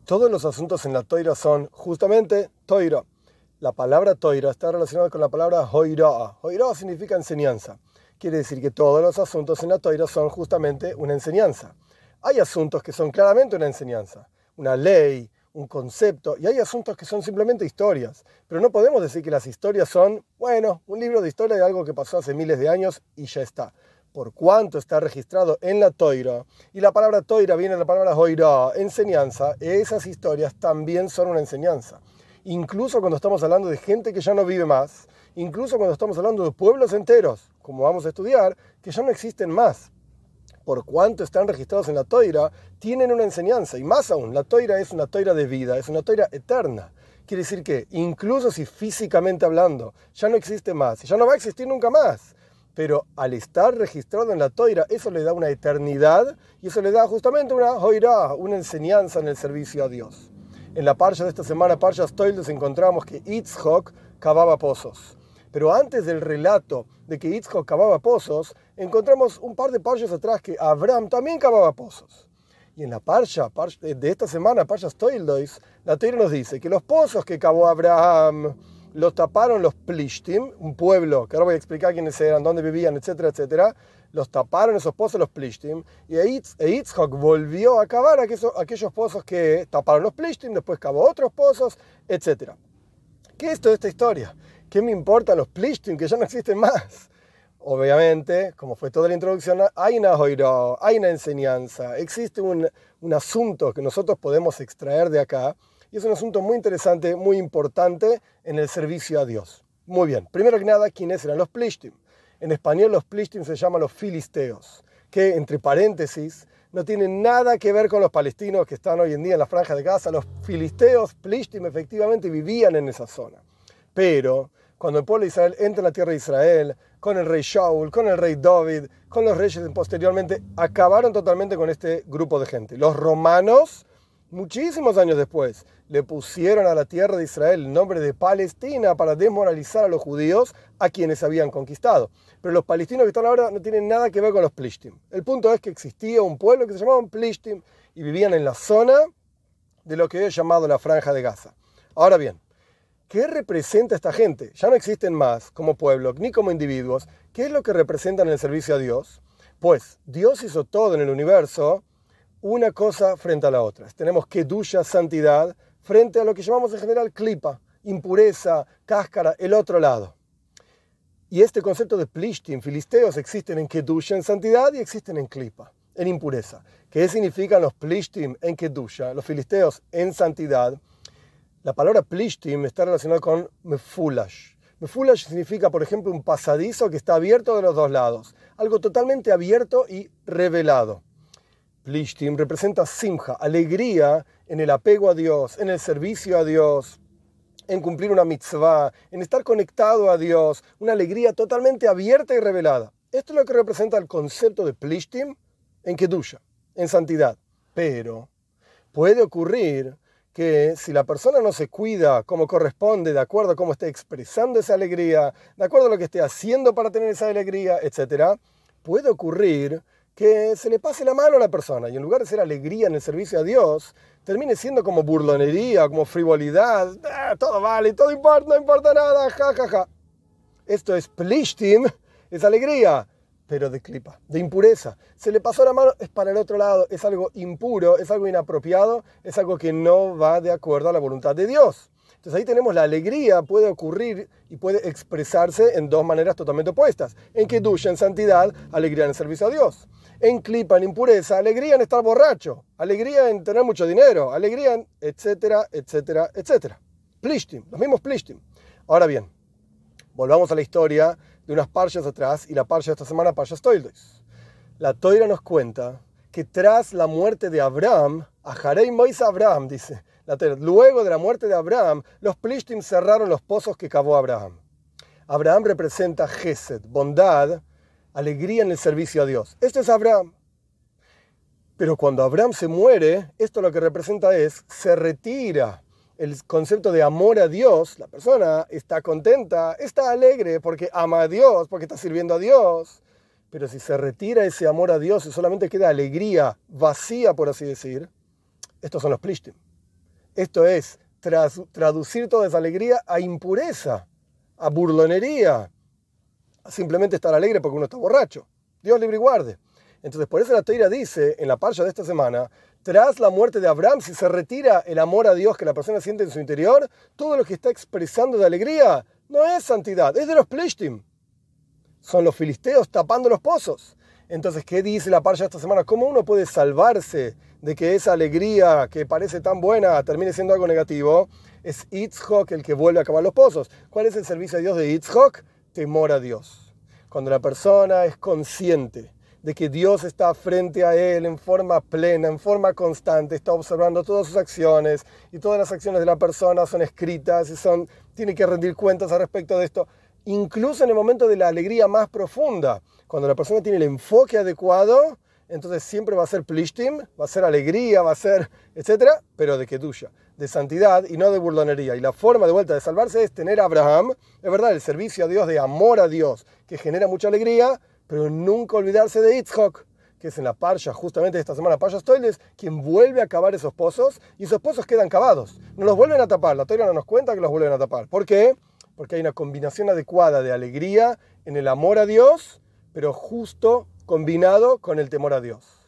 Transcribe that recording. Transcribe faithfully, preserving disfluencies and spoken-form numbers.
Todos los asuntos en la Toira son justamente Toira. La palabra Toira está relacionada con la palabra Hoira. Hoira significa enseñanza. Quiere decir que todos los asuntos en la Toira son justamente una enseñanza. Hay asuntos que son claramente una enseñanza, una ley, un concepto, y hay asuntos que son simplemente historias. Pero no podemos decir que las historias son, bueno, un libro de historia de algo que pasó hace miles de años y ya está. Por cuanto está registrado en la Toira, y la palabra Toira viene de la palabra Hoira, enseñanza, esas historias también son una enseñanza. Incluso cuando estamos hablando de gente que ya no vive más, incluso cuando estamos hablando de pueblos enteros, como vamos a estudiar, que ya no existen más. Por cuanto están registrados en la Toira, tienen una enseñanza. Y más aún, la Toira es una Toira de vida, es una Toira eterna. Quiere decir que, incluso si físicamente hablando, ya no existe más, y ya no va a existir nunca más, pero al estar registrado en la Toira, eso le da una eternidad, y eso le da justamente una Hoira, una enseñanza en el servicio a Dios. En la parsha de esta semana, Parshas Toildos, encontramos que Yitzhak cavaba pozos. Pero antes del relato de que Yitzhak cavaba pozos, encontramos un par de parshas atrás que Abraham también cavaba pozos. Y en la parsha de esta semana, Parshas Toildos, la Torá nos dice que los pozos que cavó Abraham los taparon los Plishtim, un pueblo, que ahora voy a explicar quiénes eran, dónde vivían, etcétera, etcétera. Los taparon esos pozos los Plishtim, y Yitzhak volvió a cavar aquellos, aquellos pozos que taparon los Plishtim, después cavó otros pozos, etcétera. ¿Qué es toda esta historia? ¿Qué me importan los Plishtim que ya no existen más? Obviamente, como fue toda la introducción, hay una hoira, hay una enseñanza, existe un, un asunto que nosotros podemos extraer de acá, y es un asunto muy interesante, muy importante en el servicio a Dios. Muy bien, primero que nada, ¿quiénes eran los Plishtim? En español los Plishtim se llaman los filisteos, que entre paréntesis no tienen nada que ver con los palestinos que están hoy en día en la Franja de Gaza. Los filisteos, Plishtim, efectivamente vivían en esa zona. Pero cuando el pueblo de Israel entra en la tierra de Israel, con el rey Shaul, con el rey David, con los reyes posteriormente, acabaron totalmente con este grupo de gente. Los romanos, muchísimos años después, le pusieron a la tierra de Israel el nombre de Palestina para desmoralizar a los judíos a quienes habían conquistado. Pero los palestinos que están ahora no tienen nada que ver con los Plishtim. El punto es que existía un pueblo que se llamaba Plishtim y vivían en la zona de lo que hoy es llamado la Franja de Gaza. Ahora bien, ¿qué representa esta gente? Ya no existen más como pueblo ni como individuos. ¿Qué es lo que representan en el servicio a Dios? Pues Dios hizo todo en el universo, una cosa frente a la otra. Tenemos kedusha, santidad, frente a lo que llamamos en general klipa, impureza, cáscara, el otro lado. Y este concepto de plishtim, filisteos, existen en kedusha, en santidad, y existen en klipa, en impureza. ¿Qué significan los plishtim en kedusha, los filisteos en santidad? La palabra plishtim está relacionada con mefulash. Mefulash significa, por ejemplo, un pasadizo que está abierto de los dos lados, algo totalmente abierto y revelado. Plishtim representa simja, alegría en el apego a Dios, en el servicio a Dios, en cumplir una mitzvah, en estar conectado a Dios, una alegría totalmente abierta y revelada. Esto es lo que representa el concepto de Plishtim en Kedusha, en santidad. Pero puede ocurrir que si la persona no se cuida como corresponde, de acuerdo a cómo esté expresando esa alegría, de acuerdo a lo que esté haciendo para tener esa alegría, etcétera, puede ocurrir que se le pase la mano a la persona y en lugar de ser alegría en el servicio a Dios, termine siendo como burlonería, como frivolidad, ah, todo vale, todo importa, no importa nada, ja, ja, ja. Esto es plishtim, es alegría, pero de klipa, de impureza. Se le pasó la mano, es para el otro lado, es algo impuro, es algo inapropiado, es algo que no va de acuerdo a la voluntad de Dios. Entonces ahí tenemos la alegría, puede ocurrir y puede expresarse en dos maneras totalmente opuestas. En kedusha, en santidad, alegría en el servicio a Dios. En klipa, en impureza, alegría en estar borracho, alegría en tener mucho dinero, alegría en etcétera, etcétera, etcétera. Plishtim, los mismos plishtim. Ahora bien, volvamos a la historia de unas parshas atrás y la parsha de esta semana, Parshas Toildos. La Toira nos cuenta que tras la muerte de Abraham, Aharei Mois Abraham, dice la Toira, luego de la muerte de Abraham, los Plishtim cerraron los pozos que cavó Abraham. Abraham representa Gesed, bondad, alegría en el servicio a Dios. Esto es Abraham. Pero cuando Abraham se muere, esto lo que representa es, se retira el concepto de amor a Dios. La persona está contenta, está alegre porque ama a Dios, porque está sirviendo a Dios. Pero si se retira ese amor a Dios y solamente queda alegría vacía, por así decir, estos son los Plishtim. Esto es tras, traducir toda esa alegría a impureza, a burlonería, a simplemente estar alegre porque uno está borracho. Dios libre y guarde. Entonces, por eso la Torá dice en la parsha de esta semana, tras la muerte de Abraham, si se retira el amor a Dios que la persona siente en su interior, todo lo que está expresando de alegría no es santidad, es de los plishtim. Son los filisteos tapando los pozos. Entonces, ¿qué dice la parsha de esta semana? ¿Cómo uno puede salvarse de que esa alegría que parece tan buena termine siendo algo negativo? Es Yitzhak el que vuelve a acabar los pozos. ¿Cuál es el servicio a Dios de Yitzhak? Temor a Dios. Cuando la persona es consciente de que Dios está frente a él en forma plena, en forma constante, está observando todas sus acciones y todas las acciones de la persona son escritas y son, tiene que rendir cuentas al respecto de esto, incluso en el momento de la alegría más profunda, cuando la persona tiene el enfoque adecuado, entonces siempre va a ser plishtim, va a ser alegría, va a ser, etcétera, pero de kedusha, de santidad y no de burlonería. Y la forma de vuelta de salvarse es tener a Abraham, es verdad, el servicio a Dios, de amor a Dios, que genera mucha alegría, pero nunca olvidarse de Yitzhak, que es en la parsha, justamente esta semana, Parsha Toiles, quien vuelve a cavar esos pozos, y esos pozos quedan cavados. No los vuelven a tapar, la Torá no nos cuenta que los vuelven a tapar. ¿Por qué? Porque hay una combinación adecuada de alegría en el amor a Dios, pero justo combinado con el temor a Dios.